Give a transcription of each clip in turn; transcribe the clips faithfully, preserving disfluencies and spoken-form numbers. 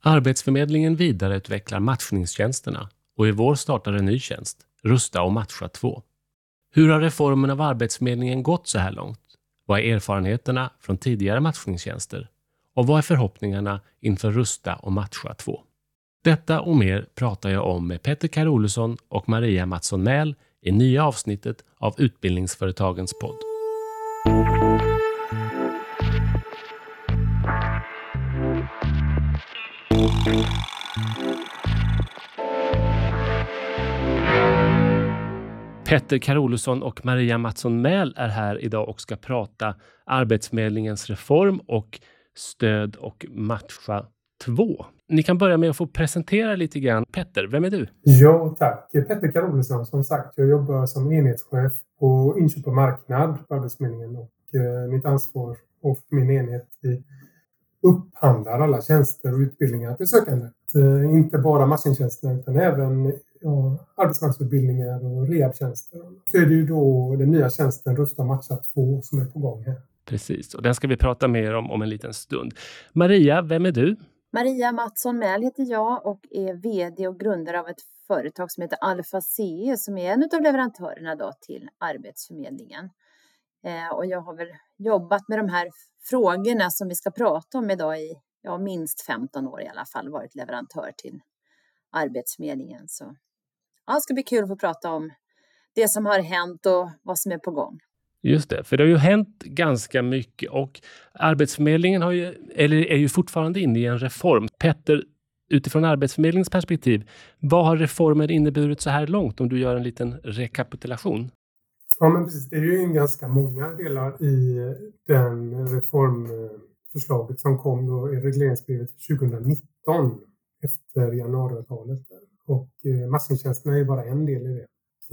Arbetsförmedlingen vidareutvecklar matchningstjänsterna och i vår startar en ny tjänst, Rusta och matcha två. Hur har reformen av Arbetsförmedlingen gått så här långt? Vad är erfarenheterna från tidigare matchningstjänster? Och vad är förhoppningarna inför Rusta och matcha två? Detta och mer pratar jag om med Petter Carolesson och Maria Mattsson Mähl i nya avsnittet av Utbildningsföretagens podd. Petter Carolesson och Maria Mattsson Mähl är här idag och ska prata Arbetsförmedlingens reform och stöd och matcha två. Ni kan börja med att få presentera lite grann. Petter, vem är du? Ja, tack. Petter Carolesson, som sagt, jag jobbar som enhetschef på inköp och marknad på Arbetsförmedlingen och eh, mitt ansvar och min enhet, vi upphandlar alla tjänster och utbildningar till sökande. Eh, inte bara matchningstjänsterna utan även ja, arbetsmarknadsutbildningar och rehabtjänster. Så är det ju då den nya tjänsten Rusta och matcha två som är på gång här. Precis, och den ska vi prata mer om om en liten stund. Maria, vem är du? Maria Mattsson Mähl heter jag och är vd och grundare av ett företag som heter Alfa C E som är en av leverantörerna då till Arbetsförmedlingen. Eh, och jag har väl jobbat med de här frågorna som vi ska prata om idag i ja, minst femton år i alla fall, varit leverantör till Arbetsförmedlingen. Så ja, det ska bli kul att få prata om det som har hänt och vad som är på gång. Just det, för det har ju hänt ganska mycket och Arbetsförmedlingen har ju, eller är ju fortfarande inne i en reform. Petter, utifrån Arbetsförmedlingens perspektiv, vad har reformen inneburit så här långt om du gör en liten rekapitulation? Ja, men precis. Det är ju ganska många delar i den reformförslaget som kom då i regleringsbrevet tjugonitton efter januariavtalet. Och matchningstjänsterna är bara en del i det.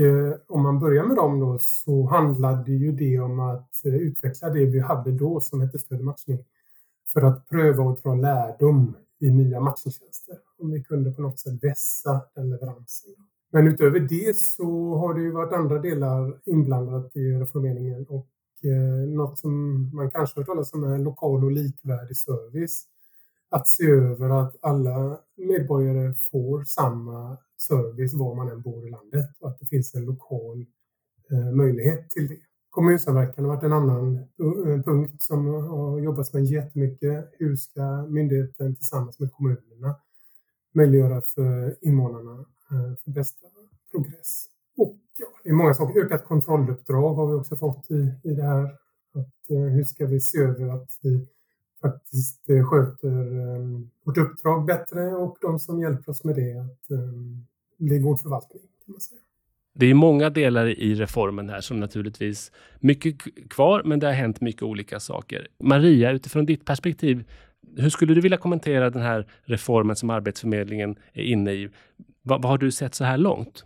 Om man börjar med dem då så handlade ju det om att utveckla det vi hade då som hette stöd och matchning för att pröva och dra lärdom i nya matchningstjänster. Om vi kunde på något sätt vässa den leveransen. Men utöver det så har det ju varit andra delar inblandat i reformeringen och eh, något som man kanske har talat om är lokal och likvärdig service. Att se över att alla medborgare får samma service var man än bor i landet och att det finns en lokal eh, möjlighet till det. Kommunsamverkan har varit en annan uh, punkt som har jobbats med jättemycket. Hur ska myndigheten tillsammans med kommunerna möjliggöra för invånarna uh, för bästa progress? Och ja, det är många saker. Ökat kontrolluppdrag har vi också fått i, i det här. Att, uh, hur ska vi se över att vi faktiskt uh, sköter um, vårt uppdrag bättre och de som hjälper oss med det att um, bli god förvaltning, kan man säga. Det är många delar i reformen här som naturligtvis mycket kvar, men det har hänt mycket olika saker. Maria, utifrån ditt perspektiv, hur skulle du vilja kommentera den här reformen som Arbetsförmedlingen är inne i? Vad, vad har du sett så här långt?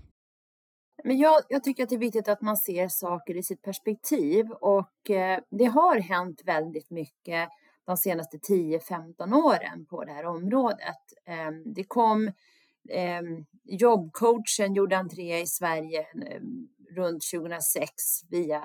Men jag, jag tycker att det är viktigt att man ser saker i sitt perspektiv och eh, det har hänt väldigt mycket de senaste tio femton åren på det här området. Eh, det kom Eh, jobbcoachen gjorde entré i Sverige eh, runt tjugohundrasex via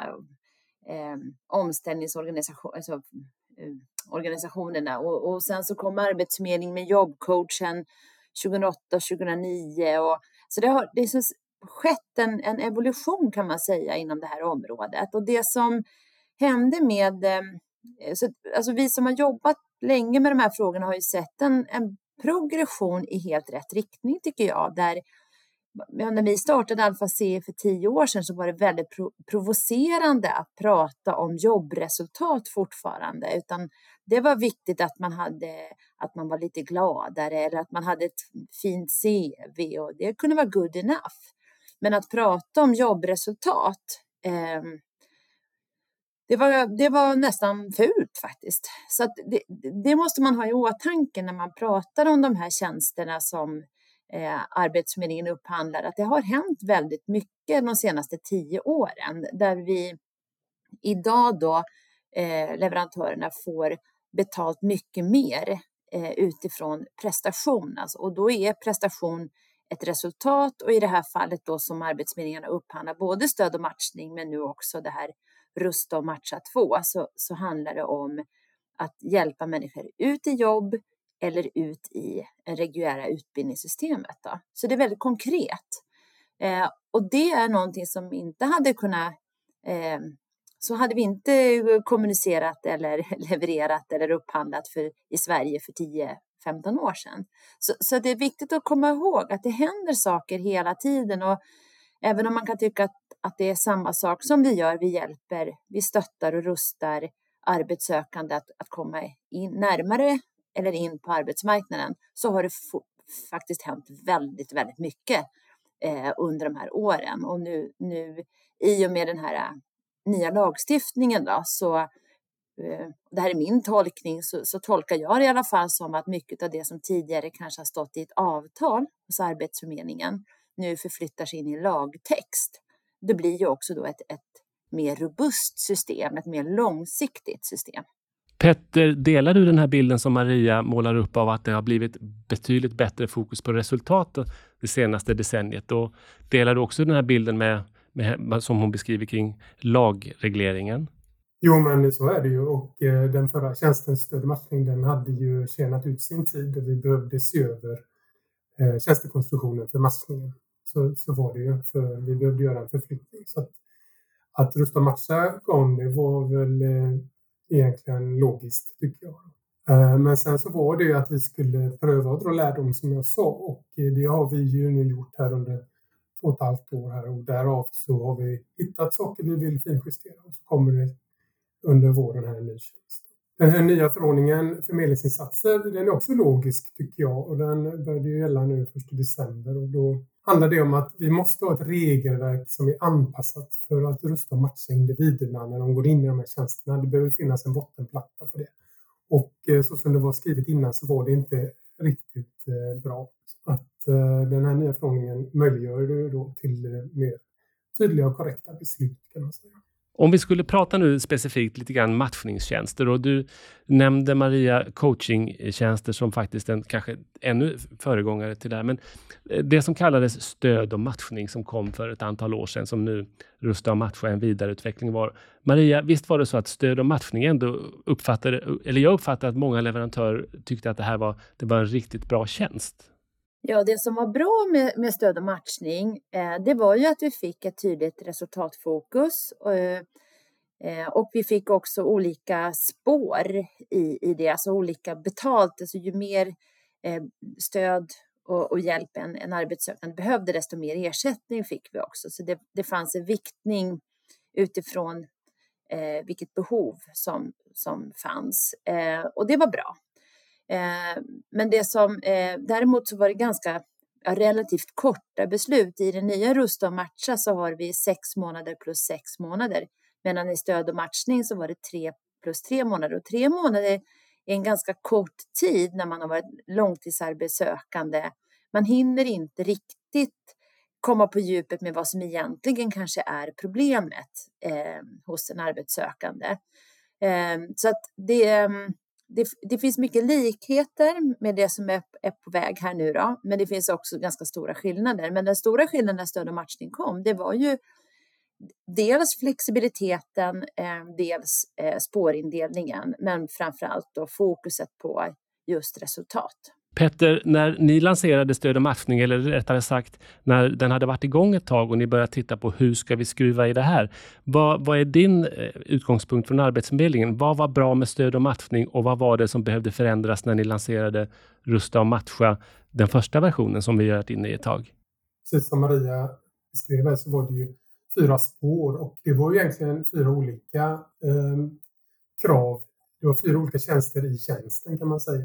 eh, omställningsorganisationerna alltså, eh, organisationerna. Och, och sen så kom Arbetsförmedlingen med jobbcoachen tjugohundraåtta tjugohundranio. Och, så det har, det har så skett en, en evolution kan man säga inom det här området. Och det som hände med, eh, så, alltså vi som har jobbat länge med de här frågorna har ju sett en, en progression i helt rätt riktning tycker jag. Där, när vi startade Alfa C E för tio år sedan så var det väldigt pro- provocerande att prata om jobbresultat fortfarande. Utan det var viktigt att man, hade, att man var lite gladare eller att man hade ett fint C V och det kunde vara good enough. Men att prata om jobbresultat eh, Det var, det var nästan fult faktiskt. Så att det, det måste man ha i åtanke när man pratar om de här tjänsterna som eh, Arbetsförmedlingen upphandlar. Att det har hänt väldigt mycket de senaste tio åren. Där vi idag då eh, leverantörerna får betalt mycket mer eh, utifrån prestation. Alltså, och då är prestation ett resultat och i det här fallet då som Arbetsförmedlingen upphandlar både stöd och matchning men nu också det här Rusta och matcha två så, så handlar det om att hjälpa människor ut i jobb eller ut i det reguljära utbildningssystemet. Då. Så det är väldigt konkret. Eh, och det är någonting som inte hade kunnat, eh, så hade vi inte kommunicerat eller levererat eller upphandlat för, i Sverige för tio femton år sedan. Så, så det är viktigt att komma ihåg att det händer saker hela tiden, och även om man kan tycka att, att det är samma sak som vi gör, vi hjälper, vi stöttar och rustar arbetssökande att, att komma in närmare eller in på arbetsmarknaden, så har det f- faktiskt hänt väldigt, väldigt mycket eh, under de här åren. Och nu, nu i och med den här äh, nya lagstiftningen då, så eh, det här är min tolkning, så, så tolkar jag det i alla fall som att mycket av det som tidigare kanske har stått i ett avtal hos Arbetsförmedlingen nu förflyttar sig in i lagtext. Det blir ju också då ett, ett mer robust system, ett mer långsiktigt system. Petter, delar du den här bilden som Maria målar upp av att det har blivit betydligt bättre fokus på resultat det senaste decenniet? Och delar du också den här bilden med, med, som hon beskriver kring lagregleringen? Jo, men så är det ju, och eh, den förra tjänsten Stöd och matchning, den hade ju tjänat ut sin tid och vi behövde se över eh, tjänstekonstruktionen för matchningen. Så, så var det ju, för vi behövde göra en förflyttning. Så att, att Rusta och matcha kom, det var väl eh, egentligen logiskt, tycker jag. Eh, men sen så var det ju att vi skulle pröva att dra lärdom, som jag sa, och eh, det har vi ju nu gjort här under två och ett halvt år här, och därav så har vi hittat saker vi vill finjustera, och så kommer det under våren här en ny tjänst. Den här nya förordningen förmedlingsinsatser, den är också logisk, tycker jag, och den började ju gälla nu första december, och då handlar det om att vi måste ha ett regelverk som är anpassat för att rusta och matcha individerna när de går in i de här tjänsterna. Det behöver finnas en bottenplatta för det. Och så som det var skrivet innan så var det inte riktigt bra. Att den här nya förordningen möjliggör det då till mer tydliga och korrekta beslut, kan man säga. Om vi skulle prata nu specifikt lite grann matchningstjänster, och du nämnde Maria coachingtjänster som faktiskt en kanske ännu föregångare till det här, men det som kallades stöd och matchning som kom för ett antal år sedan, som nu Rusta och matcha en vidareutveckling var. Maria, visst var det så att stöd och matchning ändå uppfattade, eller jag uppfattade att många leverantörer tyckte att det här var, det var en riktigt bra tjänst? Ja, det som var bra med, med stöd och matchning, eh, det var ju att vi fick ett tydligt resultatfokus. Eh, och vi fick också olika spår i, i det, alltså olika betalt. Alltså ju mer eh, stöd och, och hjälp en, en arbetssökande behövde, desto mer ersättning fick vi också. Så det, det fanns en viktning utifrån eh, vilket behov som, som fanns. Eh, och det var bra. Men det som, däremot så var det ganska relativt korta beslut. I den nya Rusta och matcha så har vi sex månader plus sex månader. Medan i stöd och matchning så var det tre plus tre månader. Och tre månader är en ganska kort tid när man har varit långtidsarbetssökande. Man hinner inte riktigt komma på djupet med vad som egentligen kanske är problemet eh, hos en arbetssökande. Eh, så att det... Det, det finns mycket likheter med det som är, är på väg här nu då, men det finns också ganska stora skillnader. Men den stora skillnaden när stöd och matchning kom, det var ju dels flexibiliteten, eh, dels eh, spårindelningen, men framförallt då fokuset på just resultat. Petter, när ni lanserade stöd och matchning, eller rättare sagt när den hade varit igång ett tag och ni började titta på hur ska vi skruva i det här. Vad, vad är din utgångspunkt från Arbetsförmedlingen? Vad var bra med stöd och matchning och vad var det som behövde förändras när ni lanserade Rusta och matcha, den första versionen som vi har varit inne i ett tag? Precis som Maria beskrev här så var det ju fyra spår, och det var ju egentligen fyra olika eh, krav. Det var fyra olika tjänster i tjänsten, kan man säga.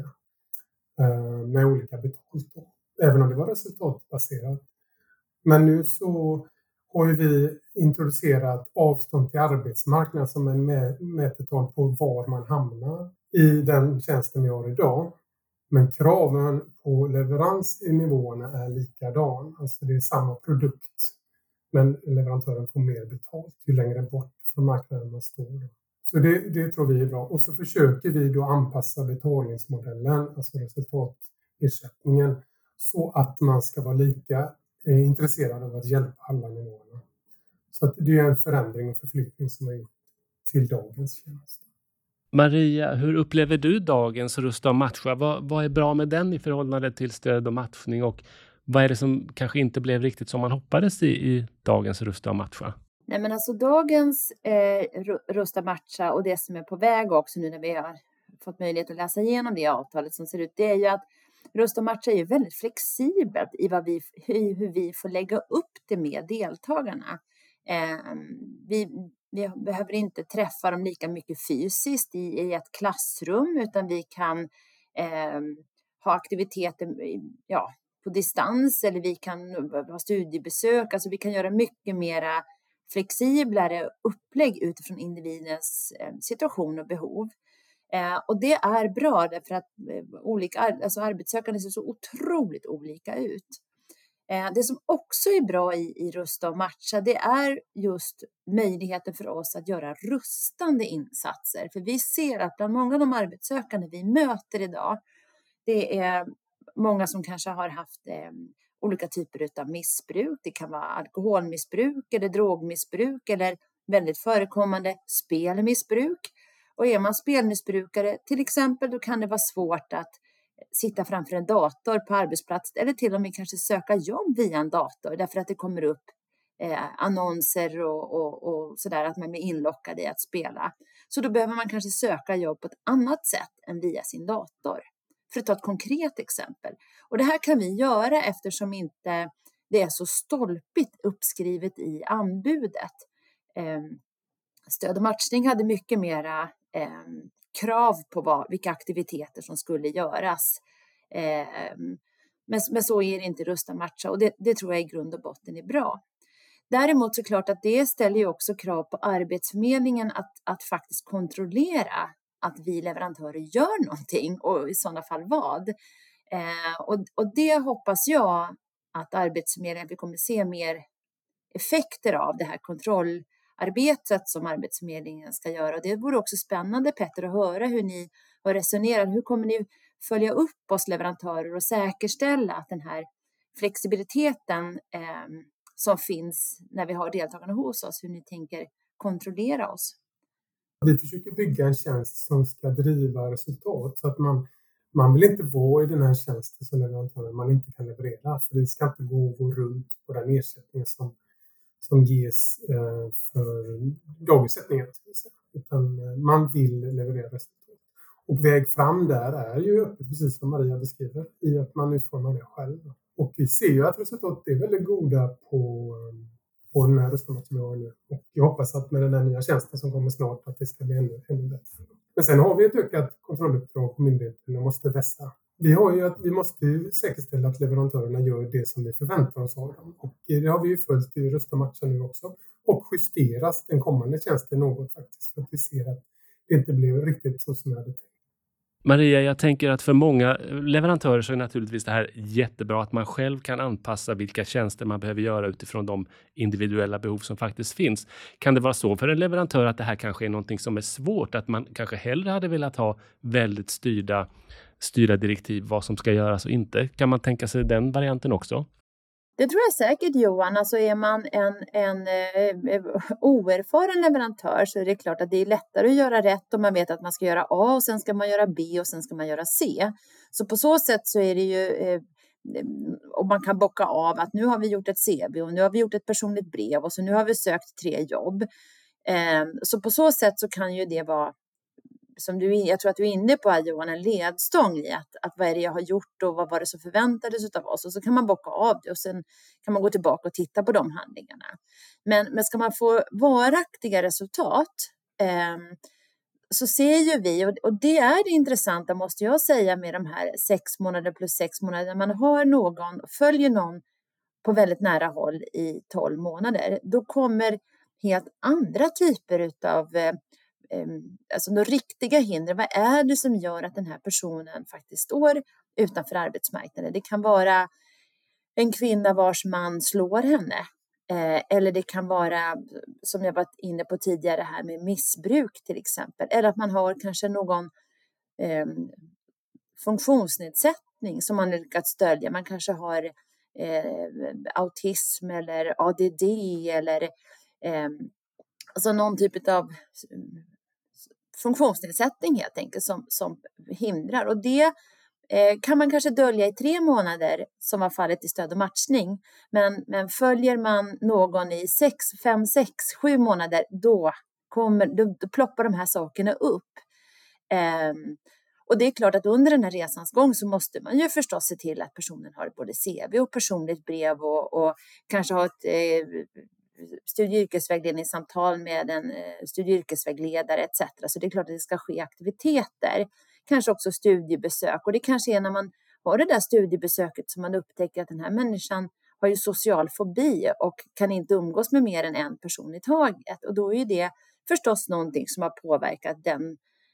Med olika betalt då, även om det var resultatbaserat. Men nu så har ju vi introducerat avstånd till arbetsmarknaden som en mätetal på var man hamnar i den tjänsten vi har idag. Men kraven på leverans i nivåerna är likadan. Alltså det är samma produkt, men leverantören får mer betalt ju längre bort från marknaden man står. Så det, det tror vi är bra. Och så försöker vi då anpassa betalningsmodellen, alltså resultatersättningen, så att man ska vara lika eh, intresserad av att hjälpa alla nivåerna. Så att det är en förändring och förflyttning som är gjort till dagens tjänst. Maria, hur upplever du dagens Rusta och matcha? Vad, vad är bra med den i förhållande till stöd och matchning? Och vad är det som kanske inte blev riktigt som man hoppades i, i dagens Rusta och matcha? Nej, men alltså dagens eh, Rusta matcha och det som är på väg också nu när vi har fått möjlighet att läsa igenom det avtalet som ser ut, det är ju att Rusta och matcha är ju väldigt flexibelt i vad vi, hur, hur vi får lägga upp det med deltagarna. Eh, vi, vi behöver inte träffa dem lika mycket fysiskt i, i ett klassrum, utan vi kan eh, ha aktiviteter ja, på distans, eller vi kan ha studiebesök. Alltså vi kan göra mycket mera flexiblare upplägg utifrån individens eh, situation och behov. Eh, och det är bra därför att eh, olika, alltså arbetssökande ser så otroligt olika ut. Eh, det som också är bra i, i Rusta och matcha, det är just möjligheten för oss att göra rustande insatser. För vi ser att bland många av de arbetssökande vi möter idag, det är många som kanske har haft eh, olika typer av missbruk. Det kan vara alkoholmissbruk eller drogmissbruk eller väldigt förekommande spelmissbruk. Och är man spelmissbrukare till exempel, då kan det vara svårt att sitta framför en dator på arbetsplats eller till och med kanske söka jobb via en dator därför att det kommer upp eh, annonser och, och, och sådär att man är inlockad i att spela. Så då behöver man kanske söka jobb på ett annat sätt än via sin dator. För att ta ett konkret exempel. Och det här kan vi göra eftersom inte det är så stolpigt uppskrivet i anbudet. Eh, stöd och matchning hade mycket mera eh, krav på vad, vilka aktiviteter som skulle göras. Eh, men, men så är det inte Rusta matcha, och det, det tror jag i grund och botten är bra. Däremot så klart att det ställer ju också krav på Arbetsförmedlingen att, att faktiskt kontrollera att vi leverantörer gör någonting, och i sådana fall vad. Eh, och, och det hoppas jag att Arbetsförmedlingen, vi kommer se mer effekter av det här kontrollarbetet som Arbetsförmedlingen ska göra. Och det vore också spännande, Petter, att höra hur ni har resonerat. Hur kommer ni följa upp oss leverantörer och säkerställa att den här flexibiliteten eh, som finns när vi har deltagarna hos oss, hur ni tänker kontrollera oss? Vi försöker bygga en tjänst som ska driva resultat, så att man, man vill inte vara i den här tjänsten som leverantör man inte kan leverera. För det ska inte gå, gå runt på den ersättningen som, som ges eh, för dagersättningar. Utan eh, man vill leverera resultat. Och väg fram där är ju, precis som Maria beskriver, i att man utformar det själv. Och vi ser ju att resultat är väldigt goda på... på den här röstningen som vi har nu. Och jag hoppas att med den här nya tjänsten som kommer snart att det ska bli ännu, ännu bättre. Men sen har vi ett ökat kontrolluppdrag på myndigheterna och måste vässa. Vi, har ju att, vi måste ju säkerställa att leverantörerna gör det som vi förväntar oss av dem. Och det har vi ju följt i Rusta och matcha nu också. Och justeras den kommande tjänsten något faktiskt. För att vi ser att det inte blev riktigt så som jag hade tänkt. Maria, jag tänker att för många leverantörer så är naturligtvis det här jättebra, att man själv kan anpassa vilka tjänster man behöver göra utifrån de individuella behov som faktiskt finns. Kan det vara så för en leverantör att det här kanske är någonting som är svårt, att man kanske hellre hade velat ha väldigt styrda, styrda direktiv vad som ska göras och inte? Kan man tänka sig den varianten också? Det tror jag säkert, Johan. Alltså är man en, en eh, oerfaren leverantör så är det klart att det är lättare att göra rätt om man vet att man ska göra A och sen ska man göra B och sen ska man göra C. Så på så sätt så är det ju, eh, och man kan bocka av att nu har vi gjort ett C V och nu har vi gjort ett personligt brev och så nu har vi sökt tre jobb. Eh, så på så sätt så kan ju det vara, som du, jag tror att du är inne på, Johan, en ledstång i att, att vad är det jag har gjort och vad var det som förväntades av oss, och så kan man bocka av det och sen kan man gå tillbaka och titta på de handlingarna. Men, men ska man få varaktiga resultat eh, så ser ju vi, och, och det är det intressanta måste jag säga med de här sex månader plus sex månader, när man har någon, följer någon på väldigt nära håll i tolv månader, då kommer helt andra typer av eh, alltså de riktiga hinder. Vad är det som gör att den här personen faktiskt står utanför arbetsmarknaden? Det kan vara en kvinna vars man slår henne. Eller det kan vara, som jag var inne på tidigare här, med missbruk till exempel. Eller att man har kanske någon eh, funktionsnedsättning som man lyckats dölja. Man kanske har eh, autism eller A D D eller eh, alltså någon typ av funktionsnedsättning helt enkelt som, som hindrar. Och det eh, kan man kanske dölja i tre månader som var fallet i stöd och matchning. Men, men följer man någon i sex, fem, sex, sju månader då, kommer, då, då ploppar de här sakerna upp. Eh, och det är klart att under den här resans gång så måste man ju förstås se till att personen har både C V och personligt brev och, och kanske ha ett eh, studie- och yrkesvägledningssamtal med en eh, studie- och yrkesvägledare et cetera. Så det är klart att det ska ske aktiviteter. Kanske också studiebesök. Och det kanske är när man har det där studiebesöket som man upptäcker att den här människan har ju social fobi och kan inte umgås med mer än en person i taget. Och då är ju det förstås någonting som har påverkat den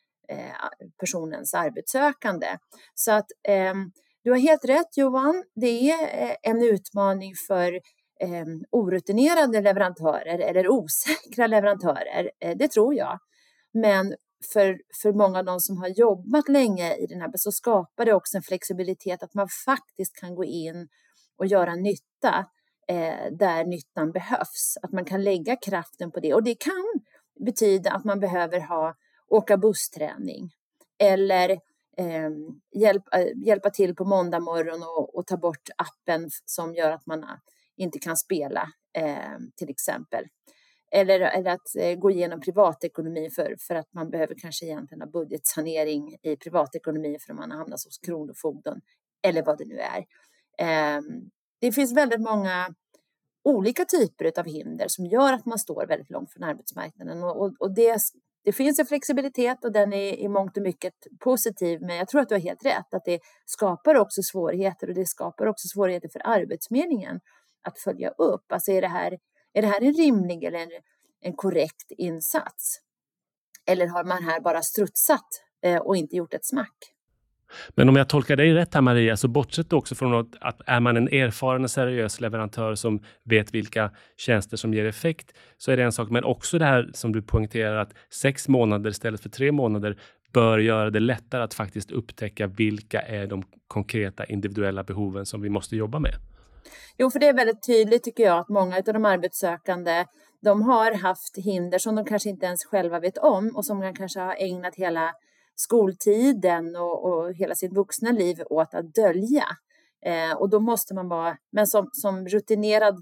eh, personens arbetssökande. Så att eh, du har helt rätt Johan. Det är eh, en utmaning för Eh, orutinerade leverantörer eller osäkra leverantörer, eh, det tror jag. Men för, för många av de som har jobbat länge i den här så skapar det också en flexibilitet att man faktiskt kan gå in och göra nytta eh, där nyttan behövs. Att man kan lägga kraften på det. Och det kan betyda att man behöver ha åka bussträning eller eh, hjälpa, hjälpa till på måndag morgon och, och ta bort appen som gör att man inte kan spela eh, till exempel. Eller, eller att eh, gå igenom privatekonomi för, för att man behöver kanske egentligen ha budgetsanering i privatekonomi för att man har hamnat hos kronofogden. Eller vad det nu är. Eh, det finns väldigt många olika typer av hinder som gör att man står väldigt långt från arbetsmarknaden. Och, och, och det, det finns en flexibilitet och den är i mångt och mycket positiv. Men jag tror att du har helt rätt att det skapar också svårigheter och det skapar också svårigheter för Arbetsförmedlingen att följa upp. Alltså är det här, är det här en rimlig eller en, en korrekt insats? Eller har man här bara strutsat eh, och inte gjort ett smack? Men om jag tolkar dig rätt här Maria, så bortsett också från att, att är man en erfaren och seriös leverantör som vet vilka tjänster som ger effekt, så är det en sak. Men också det här som du poängterar att sex månader istället för tre månader bör göra det lättare att faktiskt upptäcka vilka är de konkreta individuella behoven som vi måste jobba med. Jo, för det är väldigt tydligt tycker jag att många av de arbetssökande, de har haft hinder som de kanske inte ens själva vet om och som de kanske har ägnat hela skoltiden och, och hela sitt vuxna liv åt att dölja. Eh, och då måste man vara, men som, som rutinerad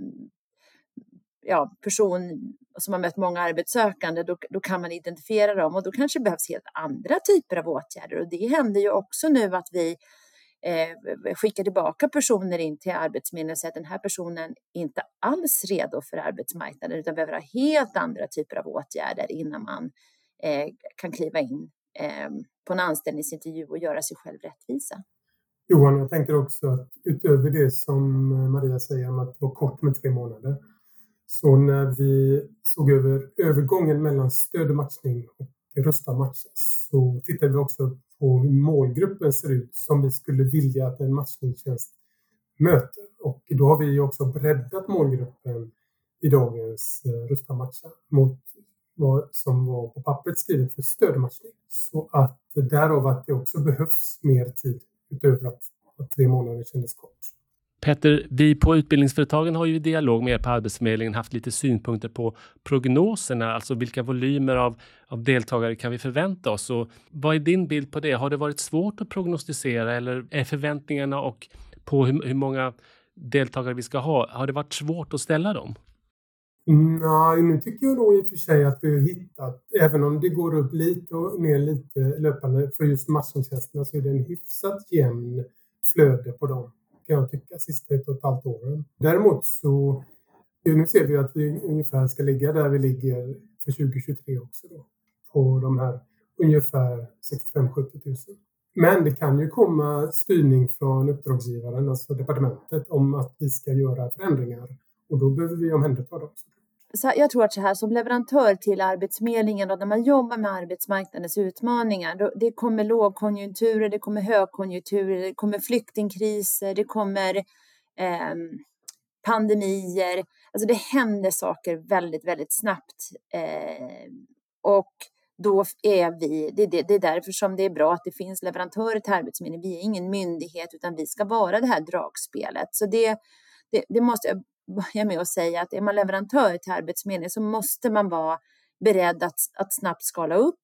ja, person som har mött många arbetssökande, då, då kan man identifiera dem och då kanske behövs helt andra typer av åtgärder. Och det händer ju också nu att vi eh, skickar tillbaka personer in till Arbetsförmedlingen och säger att den här personen inte alls redo för arbetsmarknaden utan behöver ha helt andra typer av åtgärder innan man eh, kan kliva in eh, på en anställningsintervju och göra sig själv rättvisa. Johan, jag tänker också att utöver det som Maria säger om att vara kort med tre månader, så när vi såg över övergången mellan stöd och matchning och Rusta matcha så tittade vi också på hur målgruppen ser ut som vi skulle vilja att en matchningstjänst möter. Och då har vi också breddat målgruppen i dagens Rusta matcha mot vad som var på pappret skrivet för stödmatchning. Så att därav att det också behövs mer tid utöver att, att tre månader kändes kort. Petter, vi på Utbildningsföretagen har ju i dialog med er på Arbetsförmedlingen haft lite synpunkter på prognoserna, alltså vilka volymer av, av deltagare kan vi förvänta oss? Och vad är din bild på det? Har det varit svårt att prognostisera eller är förväntningarna och på hur, hur många deltagare vi ska ha, har det varit svårt att ställa dem? Nej, nu tycker jag nog i och för sig att vi har hittat, även om det går upp lite och ner lite löpande för just matchningstjänsterna så är det en hyfsat jämn flöde på dem. Kan jag tycka, sista ett och ett halvt åren. Däremot så, nu ser vi att vi ungefär ska ligga där vi ligger för tjugo tjugotre också då. På de här ungefär sextiofem till sjuttio tusen. Men det kan ju komma styrning från uppdragsgivaren, alltså departementet, om att vi ska göra förändringar. Och då behöver vi omhänderta dem. Så jag tror att så här som leverantör till Arbetsförmedlingen och när man jobbar med arbetsmarknadens utmaningar, då, det kommer lågkonjunkturer, det kommer högkonjunkturer, det kommer flyktingkriser, det kommer eh, pandemier. Alltså det händer saker väldigt, väldigt snabbt. Eh, och då är vi, det, det, det är därför som det är bra att det finns leverantörer till Arbetsförmedlingen. Vi är ingen myndighet utan vi ska vara det här dragspelet. Så det, det, det måste jag börja med att säga att är man leverantör till Arbetsförmedlingen så måste man vara beredd att, att snabbt skala upp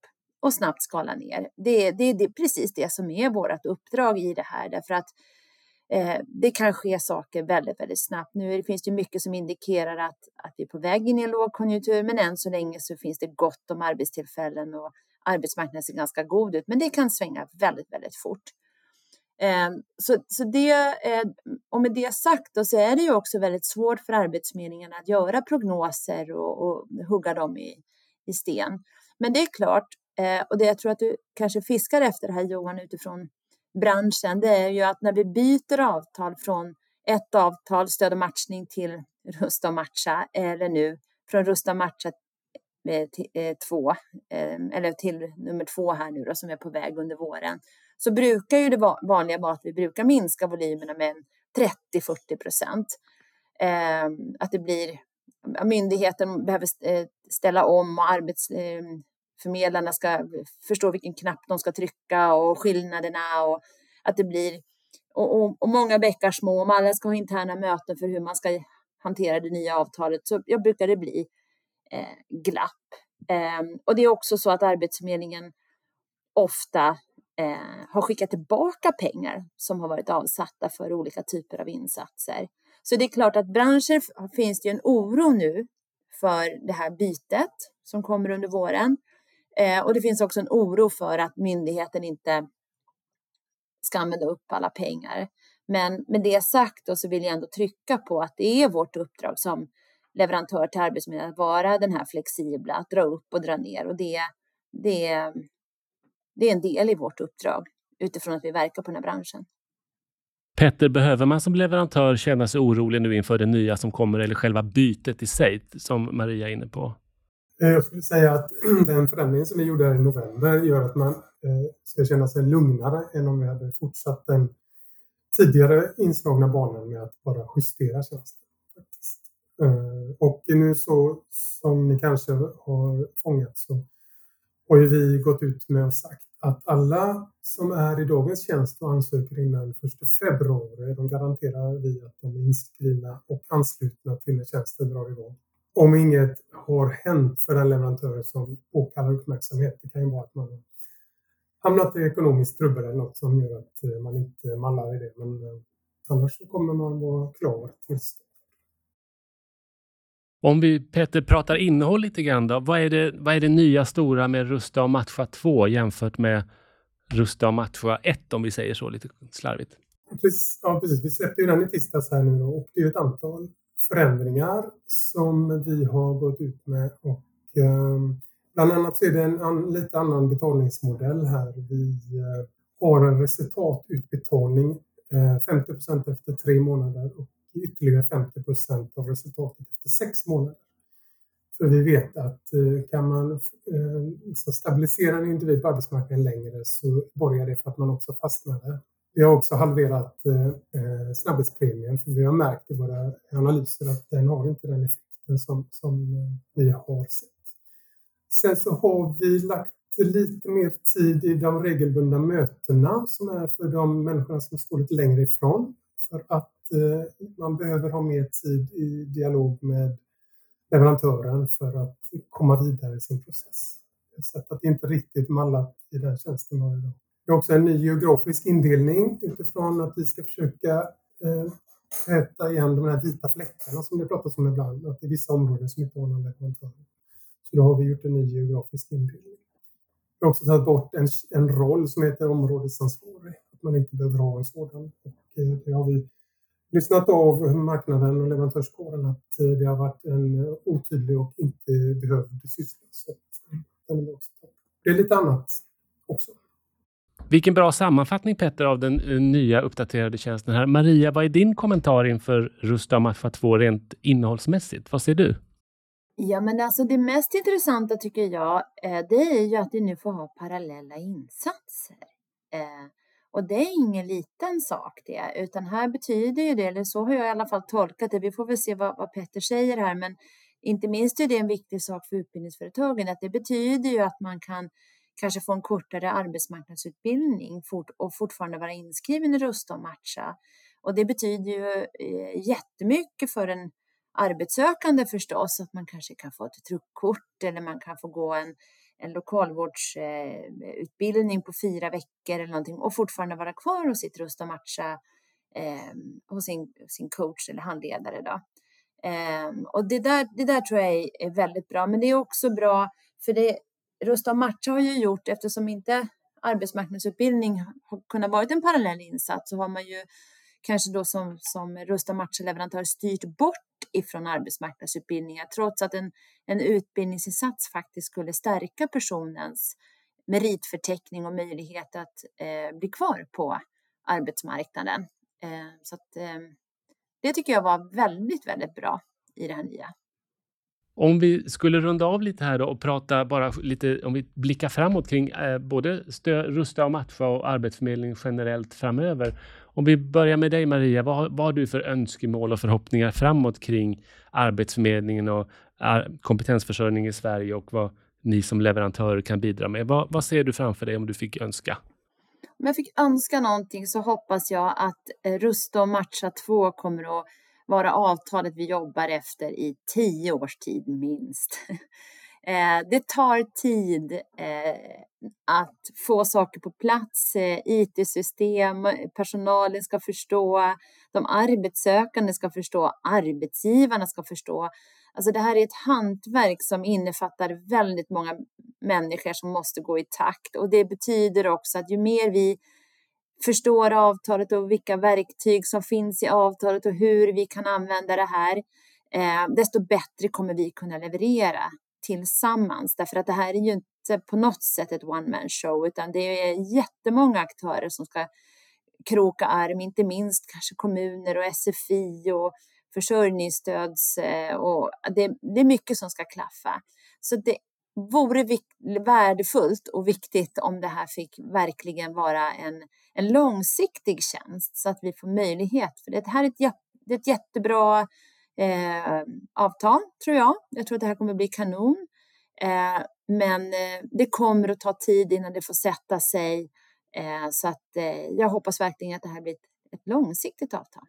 och snabbt skala ner. Det, det, det är precis det som är vårt uppdrag i det här, därför att eh, det kan ske saker väldigt, väldigt snabbt. Nu det finns det mycket som indikerar att, att vi är på väg in i en lågkonjunktur, men än så länge så finns det gott om arbetstillfällen och arbetsmarknaden ser ganska god ut, men det kan svänga väldigt, väldigt fort. Eh, så, så det, eh, och med det sagt då, så är det ju också väldigt svårt för Arbetsförmedlingen att göra prognoser och, och hugga dem i, i sten. Men det är klart, eh, och det jag tror att du kanske fiskar efter här Johan utifrån branschen, det är ju att när vi byter avtal från ett avtal, stöd och matchning, till Rusta och matcha, eller nu från Rusta och matcha eh, till, eh, två, eh, eller till nummer två här nu då, som är på väg under våren, så brukar ju det vanliga vara att vi brukar minska volymerna med trettio till fyrtio procent. Eh, att det blir, myndigheten behöver ställa om och arbetsförmedlarna ska förstå vilken knapp de ska trycka och skillnaderna, och att det blir, och, och, och många bäckar små, om alla ska ha interna möten för hur man ska hantera det nya avtalet, så jag brukar det bli eh, glapp. Eh, och det är också så att Arbetsförmedlingen ofta Eh, har skickat tillbaka pengar som har varit avsatta för olika typer av insatser. Så det är klart att branschen finns det ju en oro nu för det här bytet som kommer under våren. Eh, och det finns också en oro för att myndigheten inte ska använda upp alla pengar. Men med det sagt då, så vill jag ändå trycka på att det är vårt uppdrag som leverantör till Arbetsförmedlingen att vara den här flexibla, att dra upp och dra ner. Och det, det är Det är en del i vårt uppdrag utifrån att vi verkar på den här branschen. Petter, behöver man som leverantör känna sig orolig nu inför det nya som kommer, eller själva bytet i sig som Maria är inne på? Jag skulle säga att den förändringen som vi gjorde här i november gör att man ska känna sig lugnare än om vi hade fortsatt den tidigare inslagna banan med att bara justera tjänsten. Faktiskt. Och nu så, som ni kanske har fångat, så har ju vi gått ut med och sagt att alla som är i dagens tjänst och ansöker innan första februari, de garanterar vi att de är inskrivna och anslutna till när tjänsten drar igång. Om inget har hänt för en leverantör som påkallar uppmärksamhet, det kan ju vara att man har hamnat i ekonomiskt trubbel eller något som gör att man inte mallar i det, men annars så kommer man vara klar till start. Om vi, Petter, pratar innehåll lite grann då. Vad är det, vad är det nya stora med Rusta och matcha två jämfört med Rusta och matcha ett, om vi säger så lite slarvigt? Precis, ja, precis. Vi släppte ju den i tisdags här nu och det är ett antal förändringar som vi har gått ut med. Och, eh, bland annat så är det en an, lite annan betalningsmodell här. Vi eh, har en resultatutbetalning eh, femtio procent efter tre månader och ytterligare femtio procent av resultatet efter sex månader. För vi vet att kan man liksom stabilisera en individ på arbetsmarknaden längre, så borgar det för att man också fastnar där. Vi har också halverat snabbhetspremien, för vi har märkt i våra analyser att den har inte den effekten som, som vi har sett. Sen så har vi lagt lite mer tid i de regelbundna mötena som är för de människorna som står lite längre ifrån. För att eh, man behöver ha mer tid i dialog med leverantören för att komma vidare i sin process. Så att det inte riktigt mallat i den tjänsten vi har idag. Vi har också en ny geografisk indelning utifrån att vi ska försöka eh, äta igen de här vita fläckarna som det pratas om ibland. Att det är vissa områden som inte har någon leverantör. Så då har vi gjort en ny geografisk indelning. Vi har också tagit bort en, en roll som heter områdesansvarig. Att man inte behöver ha en sådan. Och eh, det har vi lyssnat av marknaden och leverantörskåren att det har varit en otydlig och inte behövd syssla. Så den är också. Det är lite annat också. Vilken bra sammanfattning, Petter, av den nya uppdaterade tjänsten här. Maria, vad är din kommentar inför Rusta och matcha två rent innehållsmässigt? Vad ser du? Ja, men alltså det mest intressanta tycker jag, det är ju att vi nu får ha parallella insatser. Och det är ingen liten sak det, utan här betyder ju det, eller så har jag i alla fall tolkat det, vi får väl se vad, vad Petter säger här, men inte minst är det en viktig sak för utbildningsföretagen, att det betyder ju att man kan kanske få en kortare arbetsmarknadsutbildning fort, och fortfarande vara inskriven i Rusta och matcha. Och det betyder ju eh, jättemycket för en arbetssökande förstås, att man kanske kan få ett truckkort eller man kan få gå en en lokalvårdsutbildning eh, på fyra veckor eller någonting och fortfarande vara kvar hos sitt Rusta och Matcha eh, hos sin, sin coach eller handledare då. Eh, och det där, det där tror jag är, är väldigt bra, men det är också bra för det Rusta och Matcha har ju gjort, eftersom inte arbetsmarknadsutbildning har kunnat vara en parallell insats, så har man ju kanske då som, som Rusta och Matcha-leverantör styrt bort ifrån arbetsmarknadsutbildningar, trots att en, en utbildningsinsats faktiskt skulle stärka personens meritförteckning och möjlighet att eh, bli kvar på arbetsmarknaden. Eh, så att, eh, det tycker jag var väldigt, väldigt bra i det här nya. Om vi skulle runda av lite här då och prata bara lite, om vi blickar framåt kring eh, både stö, Rusta och Matcha och arbetsförmedling generellt framöver. Om vi börjar med dig Maria, vad, vad har du för önskemål och förhoppningar framåt kring arbetsförmedlingen och ar- kompetensförsörjning i Sverige och vad ni som leverantörer kan bidra med? Vad, vad ser du framför dig om du fick önska? Om jag fick önska någonting så hoppas jag att eh, Rusta och Matcha två kommer att vara avtalet vi jobbar efter i tio års tid minst. Eh, det tar tid eh, att få saker på plats, eh, I T-system, personalen ska förstå, de arbetssökande ska förstå, arbetsgivarna ska förstå. Alltså det här är ett hantverk som innefattar väldigt många människor som måste gå i takt, och det betyder också att ju mer vi förstår avtalet och vilka verktyg som finns i avtalet och hur vi kan använda det här, eh, desto bättre kommer vi kunna leverera tillsammans. Därför att det här är ju inte på något sätt ett one-man show, utan det är jättemånga aktörer som ska kroka arm, inte minst kanske kommuner och S F I och försörjningsstöds, eh, och det, det är mycket som ska klaffa. Så det vore vik- värdefullt och viktigt om det här fick verkligen vara en, en långsiktig tjänst, så att vi får möjlighet. För det här är ett, det är ett jättebra eh, avtal, tror jag. Jag tror att det här kommer bli kanon. Eh, men eh, det kommer att ta tid innan det får sätta sig. Eh, så att eh, jag hoppas verkligen att det här blir ett, ett långsiktigt avtal.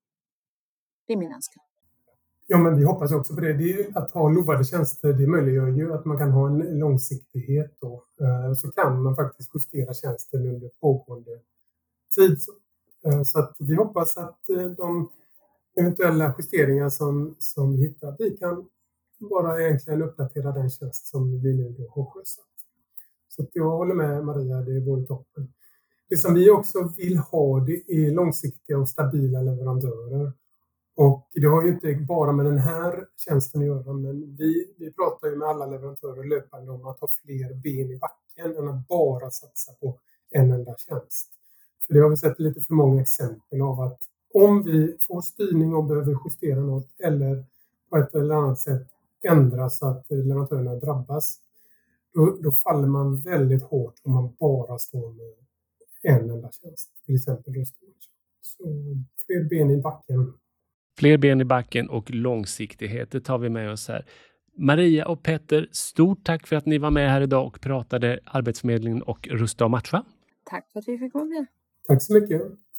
Det är min önskan. Ja, men vi hoppas också på det. Det är ju att ha lovade tjänster, det möjliggör ju att man kan ha en långsiktighet då. Så kan man faktiskt justera tjänsten under pågående tid. Så att vi hoppas att de eventuella justeringar som, som vi hittar, vi kan bara egentligen uppdatera den tjänst som vi nu då har sjösatt. Så att jag håller med Maria, det är vår toppen. Det som vi också vill ha, det är långsiktiga och stabila leverantörer. Och det har ju inte bara med den här tjänsten att göra, men vi, vi pratar ju med alla leverantörer löpande om att ha fler ben i backen än att bara satsa på en enda tjänst. För det har vi sett lite för många exempel av, att om vi får styrning och behöver justera något eller på ett eller annat sätt ändra så att leverantörerna drabbas, då, då faller man väldigt hårt om man bara står med en enda tjänst, till exempel Rusta och Matcha. Så fler ben i backen. Fler ben i backen och långsiktighet, det tar vi med oss här. Maria och Petter, stort tack för att ni var med här idag och pratade arbetsförmedlingen och Rusta och Matcha. Tack för att vi fick vara med. Tack så mycket.